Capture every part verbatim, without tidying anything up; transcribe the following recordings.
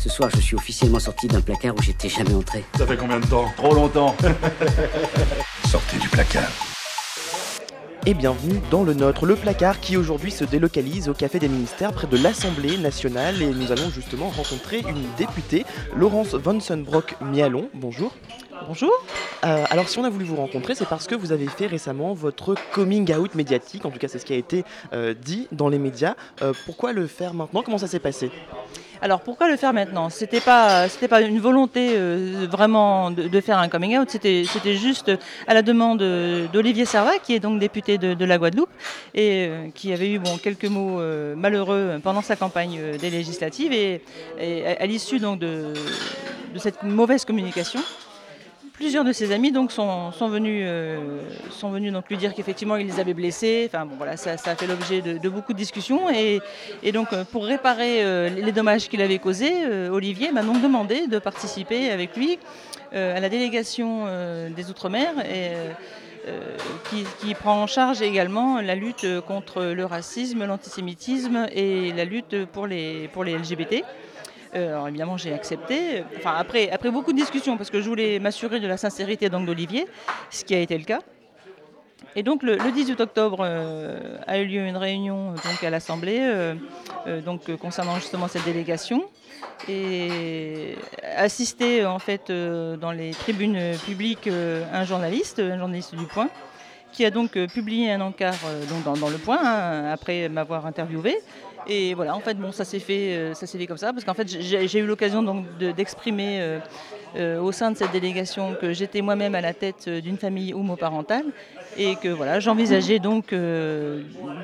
Ce soir, je suis officiellement sorti d'un placard où j'étais jamais entré. Ça fait combien de temps ? Trop longtemps. Sortez du placard. Et bienvenue dans le nôtre, le placard qui aujourd'hui se délocalise au Café des Ministères près de l'Assemblée nationale et nous allons justement rencontrer une députée, Laurence Vansenbroek-Mialon. Bonjour. Bonjour. Euh, alors si on a voulu vous rencontrer, c'est parce que vous avez fait récemment votre coming out médiatique, en tout cas c'est ce qui a été euh, dit dans les médias. Euh, pourquoi le faire maintenant ? Comment ça s'est passé ? Alors pourquoi le faire maintenant ? C'était pas, c'était pas une volonté euh, vraiment de, de faire un coming out, c'était, c'était juste à la demande d'Olivier Servat, qui est donc député de, de la Guadeloupe et euh, qui avait eu bon, quelques mots euh, malheureux pendant sa campagne euh, des législatives et, et à, à l'issue donc de, de cette mauvaise communication. Plusieurs de ses amis donc sont, sont venus, euh, sont venus donc lui dire qu'effectivement il les avait blessés. Enfin bon voilà, ça, ça a fait l'objet de, de beaucoup de discussions et, et donc pour réparer euh, les dommages qu'il avait causés, euh, Olivier m'a donc demandé de participer avec lui euh, à la délégation euh, des Outre-mer et euh, qui, qui prend en charge également la lutte contre le racisme, l'antisémitisme et la lutte pour les, pour les L G B T. Euh, alors évidemment j'ai accepté, enfin après, après beaucoup de discussions parce que je voulais m'assurer de la sincérité donc d'Olivier, ce qui a été le cas. Et donc le, le dix-huit octobre euh, a eu lieu une réunion donc, à l'Assemblée euh, euh, donc, euh, concernant justement cette délégation et assisté en fait euh, dans les tribunes publiques euh, un journaliste, un journaliste du Point, qui a donc euh, publié un encart euh, donc dans, dans le Point hein, après m'avoir interviewé. Et voilà, en fait, bon, ça s'est fait, euh, ça s'est fait comme ça, parce qu'en fait, j'ai, j'ai eu l'occasion donc de, d'exprimer euh, euh, au sein de cette délégation que j'étais moi-même à la tête d'une famille homoparentale et que voilà, j'envisageais donc euh,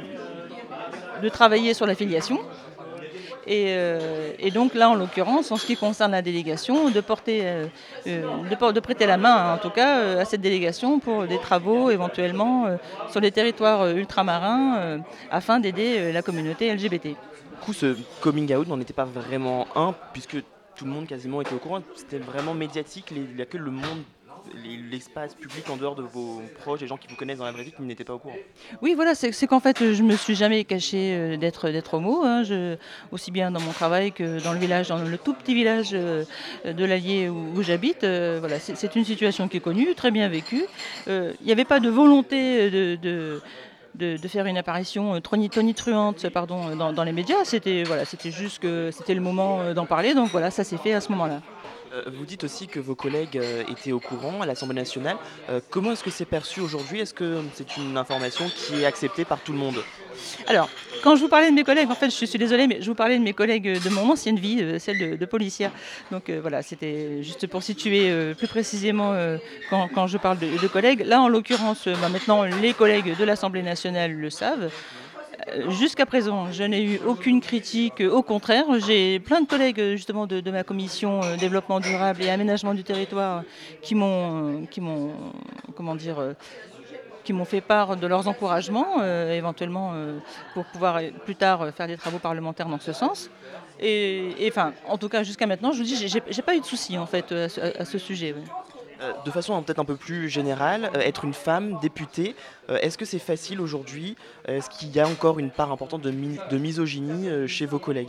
de travailler sur la filiation. Et, euh, et donc là, en l'occurrence, en ce qui concerne la délégation, de, porter, euh, de, de prêter la main, en tout cas, euh, à cette délégation pour des travaux éventuellement euh, sur les territoires euh, ultramarins euh, afin d'aider euh, la communauté L G B T. Du coup, ce coming out n'en était pas vraiment un, puisque tout le monde quasiment était au courant. C'était vraiment médiatique, il n'y a que le monde, l'espace public en dehors de vos proches, les gens qui vous connaissent dans la vraie vie qui n'étaient pas au courant. Oui, voilà, c'est, c'est qu'en fait, je me suis jamais cachée d'être, d'être homo, hein, je, aussi bien dans mon travail que dans le village, dans le tout petit village de l'Allier où, où j'habite. Euh, voilà, c'est, c'est une situation qui est connue, très bien vécue. Il euh, n'y avait pas de volonté de... de De, de faire une apparition tonitruante pardon, dans, dans les médias. C'était, voilà, c'était juste que c'était le moment d'en parler, donc voilà, ça s'est fait à ce moment-là. Euh, vous dites aussi que vos collègues euh, étaient au courant à l'Assemblée nationale. Euh, comment est-ce que c'est perçu aujourd'hui ? Est-ce que c'est une information qui est acceptée par tout le monde ? Alors, quand je vous parlais de mes collègues, en fait, je suis désolée, mais je vous parlais de mes collègues de mon ancienne vie, euh, celle de, de policière. Donc euh, voilà, c'était juste pour situer euh, plus précisément euh, quand, quand je parle de, de collègues. Là, en l'occurrence, euh, bah, maintenant, les collègues de l'Assemblée nationale le savent. Jusqu'à présent, je n'ai eu aucune critique, au contraire. J'ai plein de collègues justement de, de ma commission euh, développement durable et aménagement du territoire qui m'ont, qui m'ont, comment dire, euh, qui m'ont fait part de leurs encouragements, euh, éventuellement euh, pour pouvoir euh, plus tard euh, faire des travaux parlementaires dans ce sens. Et, et enfin, en tout cas, jusqu'à maintenant, je vous dis, j'ai, j'ai pas eu de soucis en fait à ce, à ce sujet. Oui. Euh, de façon peut-être un peu plus générale, euh, être une femme députée, euh, est-ce que c'est facile aujourd'hui ? Est-ce qu'il y a encore une part importante de, mi- de misogynie euh, chez vos collègues ?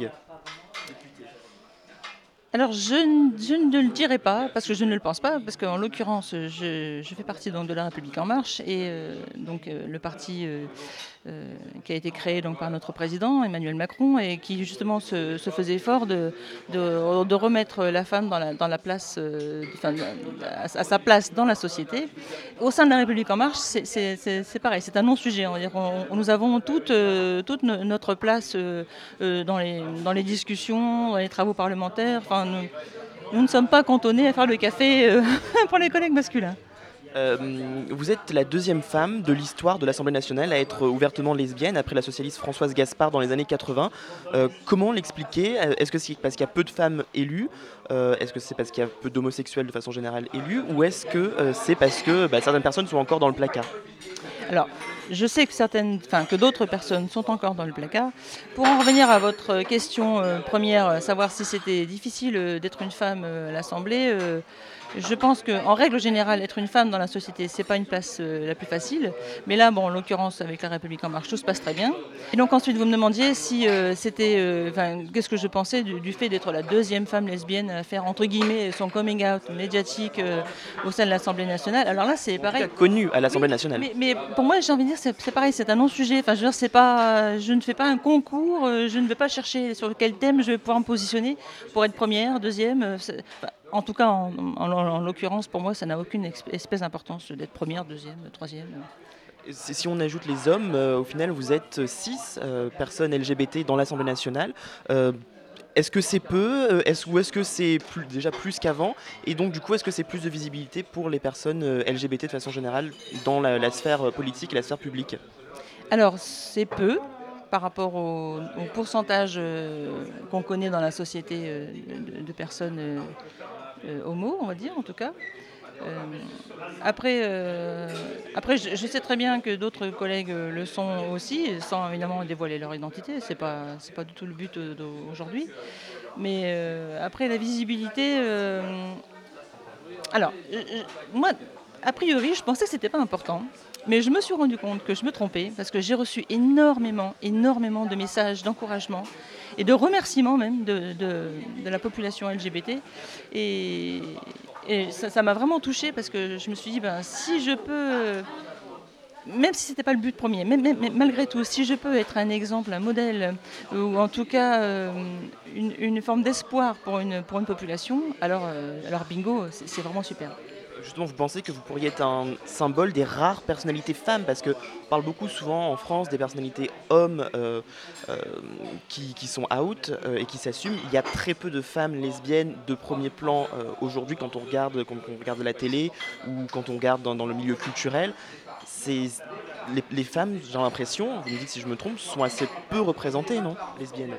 Alors je, je ne le dirai pas, parce que je ne le pense pas, parce qu'en l'occurrence, je, je fais partie donc, de La République En Marche, et euh, donc euh, le parti euh, euh, qui a été créé donc, par notre président, Emmanuel Macron, et qui justement se, se faisait fort de, de, de remettre la femme dans la, dans la place, euh, enfin, à, à sa place dans la société. Au sein de La République En Marche, c'est, c'est, c'est, c'est pareil, c'est un non-sujet. On va dire, on, nous avons toute, euh, toute notre place euh, euh, dans, les, dans les discussions, dans les travaux parlementaires. Enfin, Nous, nous ne sommes pas cantonnés à faire le café euh, pour les collègues masculins. Euh, vous êtes la deuxième femme de l'histoire de l'Assemblée nationale à être ouvertement lesbienne, après la socialiste Françoise Gaspard dans les années quatre-vingts. Euh, comment l'expliquer ? Est-ce que c'est parce qu'il y a peu de femmes élues ? euh, Est-ce que c'est parce qu'il y a peu d'homosexuels de façon générale élus ? Ou est-ce que euh, c'est parce que bah, certaines personnes sont encore dans le placard ? Alors, je sais que certaines, enfin que d'autres personnes sont encore dans le placard. Pour en revenir à votre question euh, première, savoir si c'était difficile euh, d'être une femme euh, à l'Assemblée, euh, je pense qu'en règle générale, être une femme dans la société, c'est pas une place euh, la plus facile. Mais là, bon, en l'occurrence, avec La République En Marche, tout se passe très bien. Et donc ensuite, vous me demandiez si euh, c'était, euh, qu'est-ce que je pensais du, du fait d'être la deuxième femme lesbienne à faire entre guillemets son coming out médiatique euh, au sein de l'Assemblée nationale. Alors là, c'est pareil. Connue à l'Assemblée nationale. Mais, mais pour moi, j'ai envie de dire, c'est, c'est pareil, c'est un non-sujet. Enfin, je veux dire, c'est pas, je ne fais pas un concours, euh, je ne vais pas chercher sur quel thème je vais pouvoir me positionner pour être première, deuxième. Euh, enfin, en tout cas, en, en, en l'occurrence, pour moi, ça n'a aucune espèce d'importance d'être première, deuxième, troisième. Si on ajoute les hommes, euh, au final, vous êtes six euh, personnes L G B T dans l'Assemblée nationale. Euh, est-ce que c'est peu est-ce, ou est-ce que c'est plus, déjà plus qu'avant? Et donc, du coup, est-ce que c'est plus de visibilité pour les personnes euh, L G B T de façon générale dans la, la sphère politique et la sphère publique? Alors, c'est peu par rapport au, au pourcentage euh, qu'on connaît dans la société euh, de, de personnes euh, euh, homo, on va dire, en tout cas. Euh, après, euh, après je, je sais très bien que d'autres collègues le sont aussi, sans évidemment dévoiler leur identité, c'est pas, c'est pas du tout le but d'aujourd'hui. Mais euh, après, la visibilité... Euh, alors, je, moi, a priori, je pensais que c'était pas important. Mais je me suis rendu compte que je me trompais parce que j'ai reçu énormément, énormément de messages d'encouragement et de remerciements même de, de, de la population L G B T. Et, et ça, ça m'a vraiment touchée parce que je me suis dit, ben, si je peux, même si ce n'était pas le but premier, mais, mais, mais malgré tout, si je peux être un exemple, un modèle, ou en tout cas euh, une, une forme d'espoir pour une, pour une population, alors, euh, alors bingo, c'est, c'est vraiment super. Justement, vous pensez que vous pourriez être un symbole des rares personnalités femmes, parce qu'on parle beaucoup souvent en France des personnalités hommes euh, euh, qui, qui sont out euh, et qui s'assument. Il y a très peu de femmes lesbiennes de premier plan euh, aujourd'hui quand on regarde, quand on regarde la télé ou quand on regarde dans, dans le milieu culturel. C'est, les, les femmes, j'ai l'impression, vous me dites si je me trompe, sont assez peu représentées, non, lesbiennes?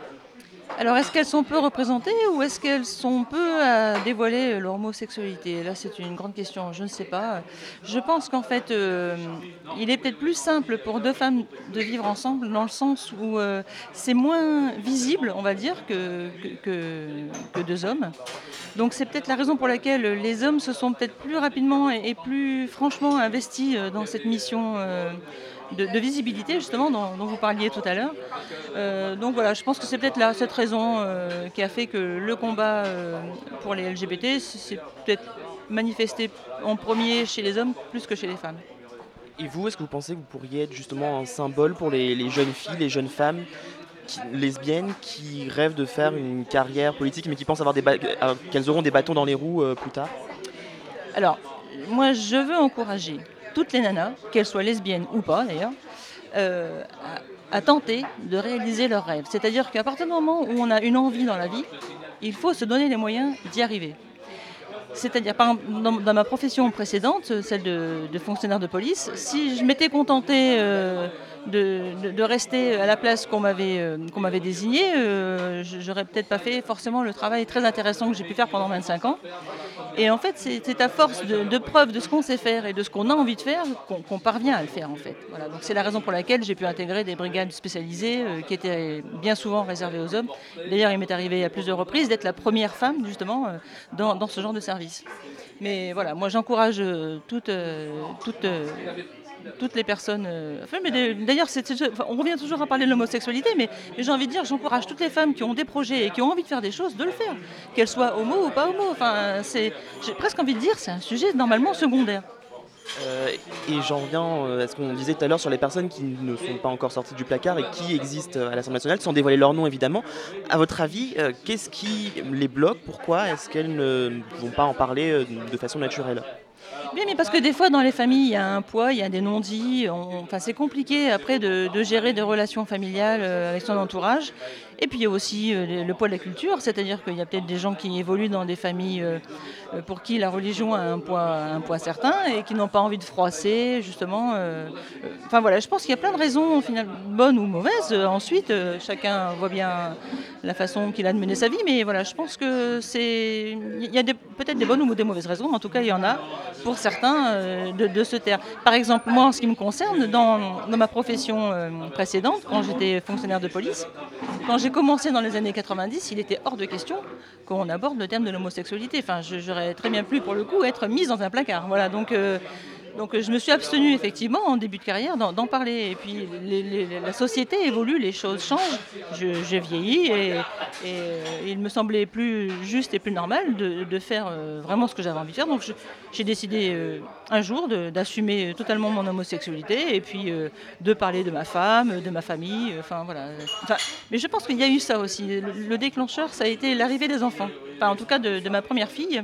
Alors, est-ce qu'elles sont peu représentées ou est-ce qu'elles sont peu à dévoiler leur homosexualité? Là, c'est une grande question, je ne sais pas. Je pense qu'en fait, euh, il est peut-être plus simple pour deux femmes de vivre ensemble dans le sens où euh, c'est moins visible, on va dire, que, que, que deux hommes. Donc, c'est peut-être la raison pour laquelle les hommes se sont peut-être plus rapidement et, et plus franchement investis dans cette mission euh, De, de visibilité justement dont, dont vous parliez tout à l'heure. Euh, donc voilà, je pense que c'est peut-être là cette raison euh, qui a fait que le combat euh, pour les L G B T s'est peut-être manifesté en premier chez les hommes plus que chez les femmes. Et vous, est-ce que vous pensez que vous pourriez être justement un symbole pour les, les jeunes filles, les jeunes femmes qui, lesbiennes qui rêvent de faire une carrière politique mais qui pensent avoir des ba- euh, qu'elles auront des bâtons dans les roues euh, plus tard? Alors, moi je veux encourager toutes les nanas, qu'elles soient lesbiennes ou pas d'ailleurs, euh, à, à tenter de réaliser leurs rêves. C'est-à-dire qu'à partir du moment où on a une envie dans la vie, il faut se donner les moyens d'y arriver. C'est-à-dire, par exemple, dans, dans ma profession précédente, celle de, de fonctionnaire de police, si je m'étais contentée euh, de, de, de rester à la place qu'on m'avait, euh, qu'on m'avait désignée, euh, j'aurais peut-être pas fait forcément le travail très intéressant que j'ai pu faire pendant vingt-cinq ans. Et en fait, c'est, c'est à force de, de preuves de ce qu'on sait faire et de ce qu'on a envie de faire qu'on, qu'on parvient à le faire, en fait. Voilà. Donc c'est la raison pour laquelle j'ai pu intégrer des brigades spécialisées euh, qui étaient bien souvent réservées aux hommes. D'ailleurs, il m'est arrivé à plusieurs reprises d'être la première femme, justement, euh, dans, dans ce genre de service. Mais voilà, moi j'encourage euh, toutes, euh, toutes, euh, toutes les personnes... Euh, enfin, mais d'ailleurs, c'est, c'est, enfin, on revient toujours à parler de l'homosexualité, mais, mais j'ai envie de dire, j'encourage toutes les femmes qui ont des projets et qui ont envie de faire des choses, de le faire. Qu'elles soient homo ou pas homo. Enfin, c'est, j'ai presque envie de dire, c'est un sujet normalement secondaire. Euh, et j'en reviens euh, à ce qu'on disait tout à l'heure sur les personnes qui ne sont pas encore sorties du placard et qui existent à l'Assemblée nationale, sans dévoiler leur nom évidemment. À votre avis, euh, qu'est-ce qui les bloque? Pourquoi est-ce qu'elles ne vont pas en parler euh, de façon naturelle? Bien, mais parce que des fois, dans les familles, il y a un poids, il y a des non-dits. On... Enfin, c'est compliqué après de, de gérer des relations familiales euh, avec son entourage. Et puis, il y a aussi euh, le poids de la culture, c'est-à-dire qu'il y a peut-être des gens qui évoluent dans des familles euh, pour qui la religion a un poids, un poids certain et qui n'ont pas envie de froisser, justement. Euh... Enfin, voilà, je pense qu'il y a plein de raisons, finalement, bonnes ou mauvaises. Ensuite, euh, chacun voit bien la façon qu'il a de mener sa vie. Mais voilà, je pense que c'est... Il y a des... peut-être des bonnes ou des mauvaises raisons, en tout cas, il y en a, pour certains euh, de, de se taire. Par exemple, moi, en ce qui me concerne, dans, dans ma profession euh, précédente, quand j'étais fonctionnaire de police, quand j'ai commencé dans les années quatre-vingt-dix, il était hors de question qu'on aborde le terme de l'homosexualité. Enfin, je, j'aurais très bien pu, pour le coup, être mise dans un placard. Voilà, donc... Euh, Donc je me suis abstenue effectivement en début de carrière d'en, d'en parler. Et puis les, les, la société évolue, les choses changent. Je, j'ai vieilli et, et euh, il me semblait plus juste et plus normal de, de faire euh, vraiment ce que j'avais envie de faire. Donc je, j'ai décidé euh, un jour de, d'assumer totalement mon homosexualité et puis euh, de parler de ma femme, de ma famille. Enfin voilà. Enfin, mais je pense qu'il y a eu ça aussi. Le, le déclencheur, ça a été l'arrivée des enfants. Enfin en tout cas de, de ma première fille.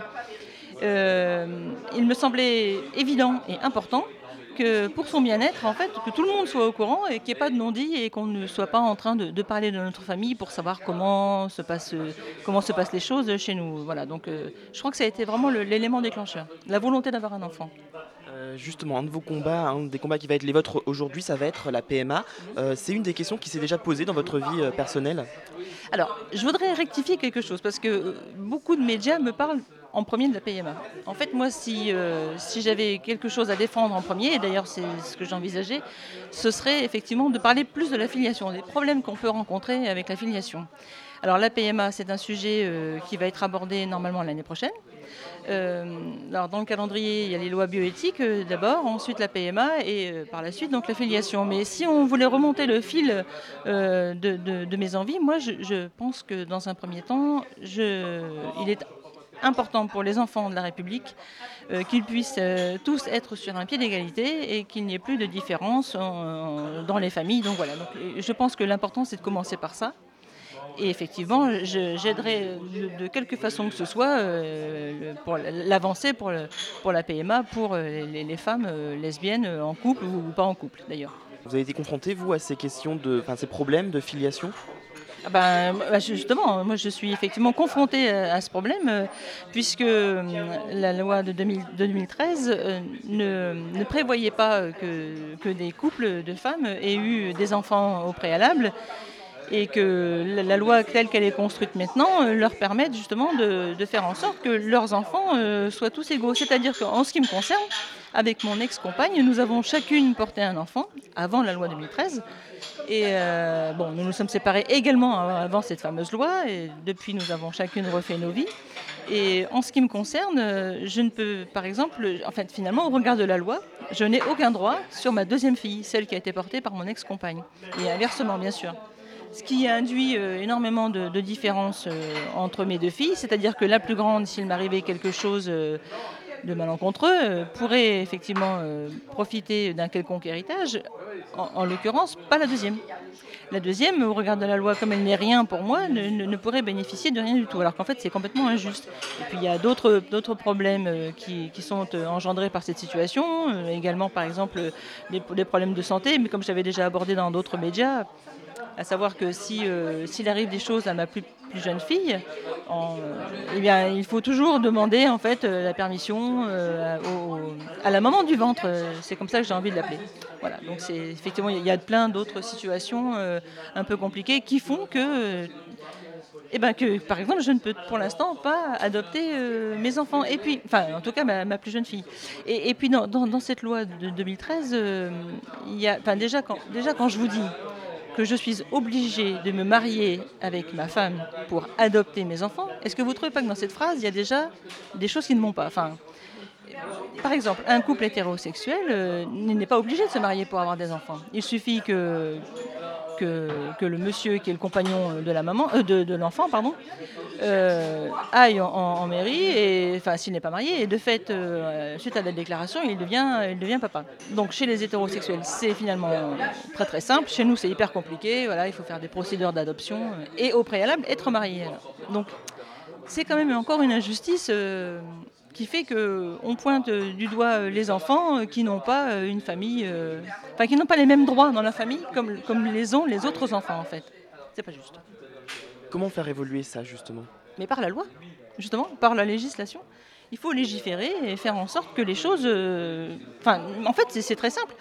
Euh, il me semblait évident et important que pour son bien-être, en fait, que tout le monde soit au courant et qu'il n'y ait pas de non-dit et qu'on ne soit pas en train de, de parler de notre famille pour savoir comment se passent, comment se passent les choses chez nous. Voilà, donc euh, je crois que ça a été vraiment le, l'élément déclencheur, la volonté d'avoir un enfant. Euh, justement, un de vos combats, un des combats qui va être les vôtres aujourd'hui, ça va être la P M A. Euh, c'est une des questions qui s'est déjà posée dans votre vie euh, personnelle. Alors, je voudrais rectifier quelque chose parce que beaucoup de médias me parlent en premier de la P M A. En fait, moi, si, euh, si j'avais quelque chose à défendre en premier, et d'ailleurs c'est ce que j'envisageais, ce serait effectivement de parler plus de la filiation, des problèmes qu'on peut rencontrer avec la filiation. Alors la P M A, c'est un sujet euh, qui va être abordé normalement l'année prochaine. Euh, alors dans le calendrier, il y a les lois bioéthiques euh, d'abord, ensuite la P M A et euh, par la suite donc la filiation. Mais si on voulait remonter le fil euh, de, de, de mes envies, moi je, je pense que dans un premier temps, je, il est important pour les enfants de la République euh, qu'ils puissent euh, tous être sur un pied d'égalité et qu'il n'y ait plus de différence euh, dans les familles. Donc voilà, donc, je pense que l'important c'est de commencer par ça. Et effectivement, je, j'aiderai de, de quelque façon que ce soit euh, pour l'avancée pour, le, pour la P M A pour les, les femmes euh, lesbiennes en couple ou pas en couple d'ailleurs. Vous avez été confronté, vous, à ces questions, de, enfin, ces problèmes de filiation ? Ah ben, justement, moi je suis effectivement confrontée à ce problème euh, puisque euh, la loi de, deux mille, de deux mille treize euh, ne, ne prévoyait pas que, que des couples de femmes aient eu des enfants au préalable et que la, la loi telle qu'elle est construite maintenant euh, leur permette justement de, de faire en sorte que leurs enfants euh, soient tous égaux. C'est-à-dire qu'en ce qui me concerne, avec mon ex-compagne, nous avons chacune porté un enfant avant la loi deux mille treize. Et euh, bon, nous nous sommes séparés également avant cette fameuse loi et depuis nous avons chacune refait nos vies. Et en ce qui me concerne, je ne peux, par exemple, en fait, finalement, au regard de la loi, je n'ai aucun droit sur ma deuxième fille, celle qui a été portée par mon ex-compagne. Et inversement, bien sûr. Ce qui induit euh, énormément de, de différences euh, entre mes deux filles, c'est-à-dire que la plus grande, s'il m'arrivait quelque chose euh, de malencontreux, euh, pourrait effectivement euh, profiter d'un quelconque héritage, en, en l'occurrence, pas la deuxième. La deuxième, au regard de la loi, comme elle n'est rien pour moi, ne, ne, ne pourrait bénéficier de rien du tout, alors qu'en fait c'est complètement injuste. Et puis il y a d'autres, d'autres problèmes euh, qui, qui sont euh, engendrés par cette situation, euh, également par exemple des, des problèmes de santé, mais comme je l'avais déjà abordé dans d'autres médias, à savoir que si, euh, s'il arrive des choses à ma plus, plus jeune fille, en, euh, eh bien, il faut toujours demander en fait, euh, la permission euh, au, à la maman du ventre. C'est comme ça que j'ai envie de l'appeler. Voilà, donc c'est, effectivement, il y a plein d'autres situations euh, un peu compliquées qui font que, euh, eh ben, que, par exemple, je ne peux pour l'instant pas adopter euh, mes enfants. Et puis, enfin, en tout cas, ma, ma plus jeune fille. Et, et puis, dans, dans, dans cette loi de deux mille treize, euh, il y a, enfin, déjà, quand, déjà, quand je vous dis que je suis obligée de me marier avec ma femme pour adopter mes enfants, est-ce que vous ne trouvez pas que dans cette phrase, il y a déjà des choses qui ne vont pas ? Enfin, par exemple, un couple hétérosexuel euh, n'est pas obligé de se marier pour avoir des enfants. Il suffit que, que, que le monsieur qui est le compagnon de, la maman, euh, de, de l'enfant pardon, euh, aille en, en mairie, et, enfin s'il n'est pas marié, et de fait, euh, suite à la déclaration, il devient, il devient papa. Donc chez les hétérosexuels, c'est finalement très très simple. Chez nous, c'est hyper compliqué. Voilà, il faut faire des procédures d'adoption et au préalable, être marié. Donc c'est quand même encore une injustice euh, qui fait qu'on pointe du doigt les enfants qui n'ont pas une famille, euh, enfin qui n'ont pas les mêmes droits dans la famille comme, comme les ont les autres enfants en fait. C'est pas juste. Comment faire évoluer ça justement ? Mais par la loi, justement, par la législation. Il faut légiférer et faire en sorte que les choses... Euh, enfin, en fait, c'est, c'est très simple.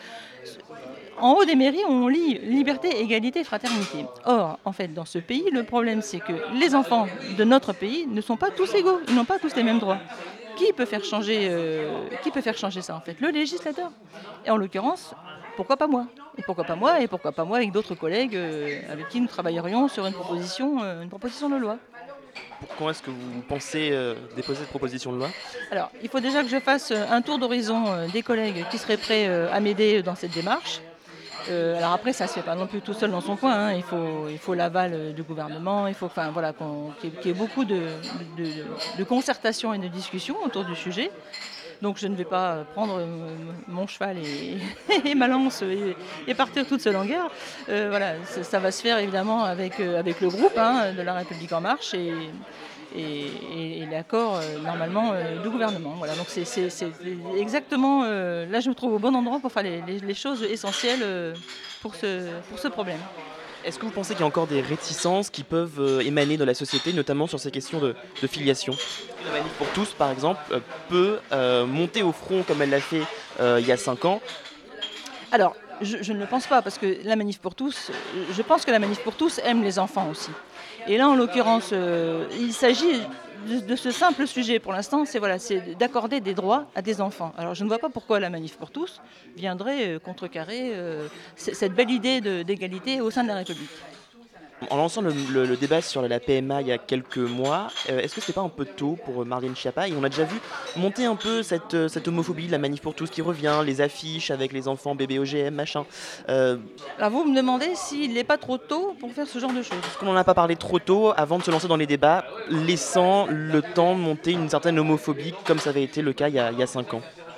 En haut des mairies, on lit liberté, égalité, fraternité. Or, en fait, dans ce pays, le problème, c'est que les enfants de notre pays ne sont pas tous égaux. Ils n'ont pas tous les mêmes droits. qui peut faire changer, euh, qui peut faire changer ça en fait? Le législateur. Et en l'occurrence, pourquoi pas moi? Et pourquoi pas moi? Et pourquoi pas moi avec d'autres collègues euh, avec qui nous travaillerions sur une proposition, euh, une proposition de loi. Quand est-ce que vous pensez euh, déposer cette proposition de loi? Alors, il faut déjà que je fasse un tour d'horizon euh, des collègues qui seraient prêts euh, à m'aider dans cette démarche. Euh, alors après, ça ne se fait pas non plus tout seul dans son coin. Hein. Il faut, il faut l'aval euh, du gouvernement. Il faut enfin, voilà, qu'on, qu'il y ait- qu'il y ait beaucoup de, de, de concertation et de discussion autour du sujet. Donc je ne vais pas prendre euh, mon cheval et, et ma lance et, et partir toute seule en guerre. Euh, voilà, ça, ça va se faire évidemment avec, euh, avec le groupe hein, de La République En Marche et, et, et- et l'accord euh, normalement euh, du gouvernement. Voilà, donc c'est, c'est- c'est exactement, euh, là je me trouve au bon endroit pour faire les, les- les choses essentielles euh, pour ce, pour ce problème. Est-ce que vous pensez qu'il y a encore des réticences qui peuvent euh, émaner de la société, notamment sur ces questions de, de filiation? La Manif pour tous, par exemple, euh, peut euh, monter au front comme elle l'a fait euh, il y a cinq ans. Alors, je, je ne le pense pas, parce que la Manif pour tous, euh, je pense que la Manif pour tous aime les enfants aussi. Et là, en l'occurrence, euh, il s'agit de, de ce simple sujet pour l'instant, c'est voilà, c'est d'accorder des droits à des enfants. Alors, je ne vois pas pourquoi la Manif pour tous viendrait euh, contrecarrer euh, c- cette belle idée de- d'égalité au sein de la République. En lançant le, le- le débat sur la P M A il y a quelques mois, euh, est-ce que c'était pas un peu tôt pour euh, Marlène Schiappa? Et on a déjà vu monter un peu cette, euh, cette homophobie, la Manif pour tous qui revient, les affiches avec les enfants bébés O G M, machin. Euh, Alors, vous me demandez s'il n'est pas trop tôt pour faire ce genre de choses. Est-ce qu'on n'en a pas parlé trop tôt avant de se lancer dans les débats, laissant le temps de monter une certaine homophobie comme ça avait été le cas il y a, il y a cinq ans?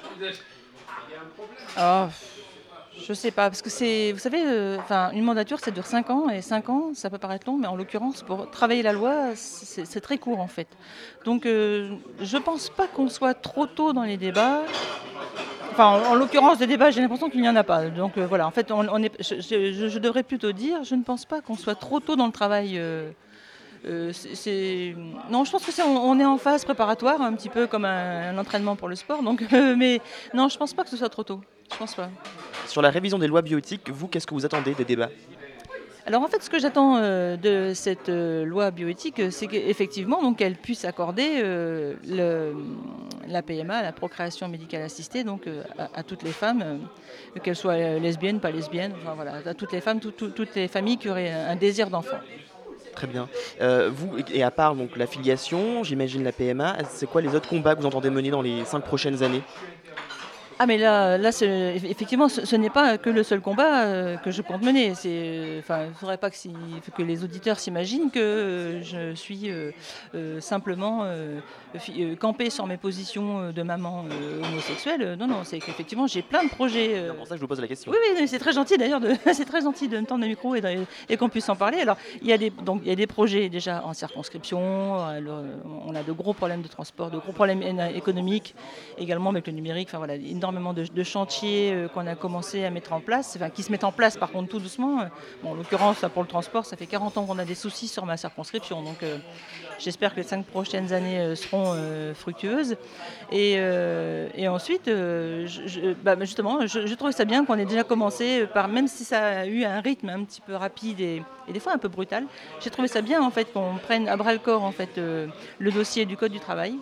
Ah, je sais pas, parce que c'est, vous savez, euh, enfin, une mandature, ça dure cinq ans, et cinq ans, ça peut paraître long, mais en l'occurrence, pour travailler la loi, c'est c'est très court en fait. Donc, euh, je pense pas qu'on soit trop tôt dans les débats. Enfin, en, en l'occurrence, des débats, j'ai l'impression qu'il n'y en a pas. Donc euh, voilà, en fait, on, on est, je, je- je devrais plutôt dire, je ne pense pas qu'on soit trop tôt dans le travail. euh, euh, c'est- c'est- Non, je pense que c'est, on, on est en phase préparatoire, un petit peu comme un, un entraînement pour le sport. Donc, euh, mais non, je pense pas que ce soit trop tôt. Je pense pas. Sur la révision des lois bioéthiques, vous, qu'est-ce que vous attendez des débats? Alors en fait, ce que j'attends euh, de cette euh, loi bioéthique, euh, c'est qu'effectivement, donc, elle puisse accorder euh, le- la P M A, la procréation médicale assistée, donc euh, à, à toutes les femmes, euh, qu'elles soient euh, lesbiennes, pas lesbiennes, enfin voilà, à toutes les femmes, tout- tout- toutes les familles qui auraient un désir d'enfant. Très bien. Euh, vous, et à part donc, la filiation, j'imagine la P M A, c'est quoi les autres combats que vous entendez mener dans les cinq prochaines années? Ah mais là, là c'est- effectivement, ce, ce n'est pas que le seul combat euh, que je compte mener. C'est, euh, enfin, il ne faudrait pas que, si- que les auditeurs s'imaginent que euh, je suis euh, euh, simplement euh, fi- euh, campée sur mes positions euh, de maman euh, homosexuelle. Euh, Non, non, c'est qu'effectivement, j'ai plein de projets. euh, C'est pour ça que je vous pose la question. oui, oui, c'est très gentil d'ailleurs, de, c'est très gentil de me tendre le micro et, de- et qu'on puisse en parler. Alors, il y a des, donc, il y a des projets déjà en circonscription, euh, le- on a de gros problèmes de transport, de gros problèmes éna- économiques, également avec le numérique, enfin voilà, énormément de, de chantiers euh, qu'on a commencé à mettre en place, enfin qui se mettent en place par contre tout doucement. Bon, en l'occurrence, là, pour le transport, ça fait quarante ans qu'on a des soucis sur ma circonscription, donc euh, j'espère que les cinq prochaines années euh, seront euh, fructueuses. Et, euh, et ensuite, euh, je- je- bah, justement, je, je trouve ça bien qu'on ait déjà commencé par, même si ça a eu un rythme un petit peu rapide et, et des fois un peu brutal, j'ai trouvé ça bien en fait qu'on prenne à bras le corps en fait euh, le dossier du Code du travail.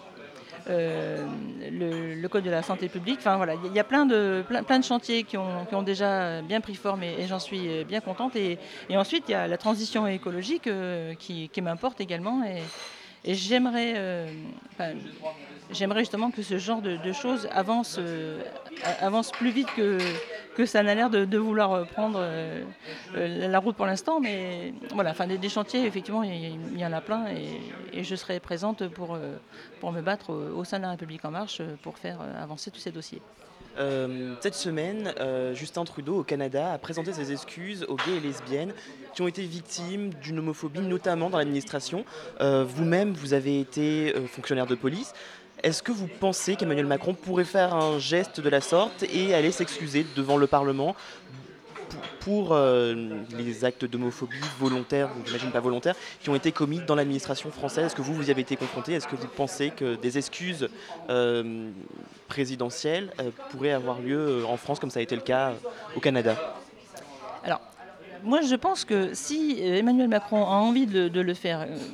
euh, le, le code de la santé publique. Enfin voilà, il y a plein de, plein, plein de chantiers qui ont, qui ont déjà bien pris forme et, et j'en suis bien contente. Et, et ensuite, il y a la transition écologique euh, qui, qui m'importe également. Et, et j'aimerais, euh, enfin, j'aimerais justement que ce genre de, de choses avance, euh, a- avance plus vite que, que ça n'a l'air de, de vouloir prendre euh, euh, la route pour l'instant. Mais voilà, enfin, des, des chantiers, effectivement, il y, il y en a plein et, et je serai présente pour, euh, pour me battre au, au sein de la République En Marche pour faire euh, avancer tous ces dossiers. Euh, cette semaine, euh, Justin Trudeau au Canada a présenté ses excuses aux gays et lesbiennes qui ont été victimes d'une homophobie, notamment dans l'administration. Euh, vous-même, vous avez été euh, fonctionnaire de police. Est-ce que vous pensez qu'Emmanuel Macron pourrait faire un geste de la sorte et aller s'excuser devant le Parlement pour, pour, euh, les actes d'homophobie volontaires, ou j'imagine pas volontaires, qui ont été commis dans l'administration française? Est-ce que vous, vous y avez été confronté? Est-ce que vous pensez que des excuses euh, présidentielles euh, pourraient avoir lieu euh, en France comme ça a été le cas euh, au Canada? Alors, moi, je pense que si Emmanuel Macron a envie de, de le faire, euh,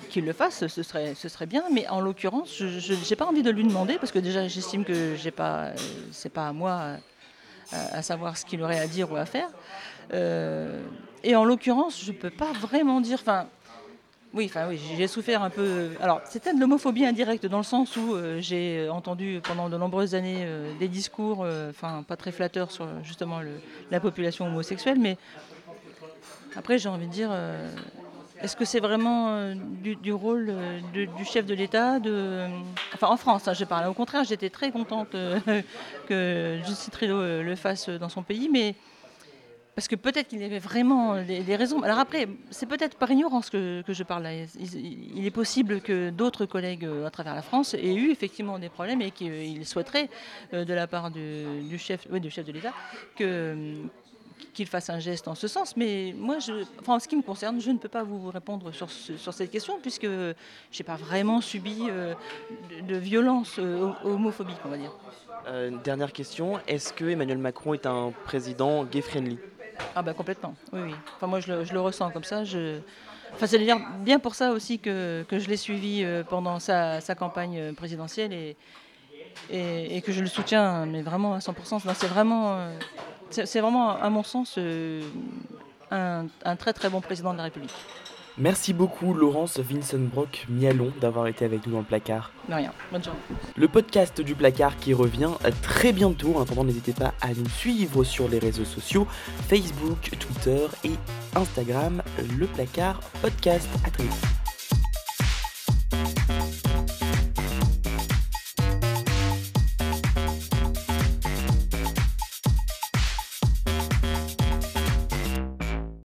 qu'il le fasse, ce serait, ce serait bien. Mais en l'occurrence, je n'ai pas envie de lui demander, parce que déjà, j'estime que ce n'est pas à moi à, à savoir ce qu'il aurait à dire ou à faire. Euh, et en l'occurrence, je ne peux pas vraiment dire... Oui, enfin oui, j'ai souffert un peu. Alors, c'était de l'homophobie indirecte dans le sens où euh, j'ai entendu pendant de nombreuses années euh, des discours, euh, enfin pas très flatteurs sur justement le, la population homosexuelle, mais après j'ai envie de dire, euh, est-ce que c'est vraiment euh, du, du rôle euh, de, du chef de l'État de, euh, enfin en France, hein, je parle. Au contraire, j'étais très contente euh, que Justin Trudeau euh, le fasse dans son pays, mais parce que peut-être qu'il y avait vraiment des, des raisons. Alors après, c'est peut-être par ignorance que, que je parle là. Il, il est possible que d'autres collègues à travers la France aient eu effectivement des problèmes et qu'ils souhaiteraient, de la part du, du, chef, oui, du chef de l'État, que, qu'il fasse un geste en ce sens. Mais moi, je, enfin, en ce qui me concerne, je ne peux pas vous répondre sur, sur cette question puisque je n'ai pas vraiment subi euh, de, de violence euh, homophobique, on va dire. Euh, dernière question, est-ce que Emmanuel Macron est un président gay-friendly ? Ah ben complètement, oui, oui. Enfin, moi, je le, je le ressens comme ça. Je... Enfin, c'est bien pour ça aussi que, que je l'ai suivi pendant sa, sa campagne présidentielle et, et, et que je le soutiens, mais vraiment à cent pour cent. C'est vraiment, c'est vraiment, à mon sens, un, un très très bon président de la République. Merci beaucoup Laurence Vincenbrock-Mialon d'avoir été avec nous dans le placard. De rien, bonne journée. Le podcast du placard qui revient très bientôt. En attendant, n'hésitez pas à nous suivre sur les réseaux sociaux, Facebook, Twitter et Instagram, le placard podcast. À très vite.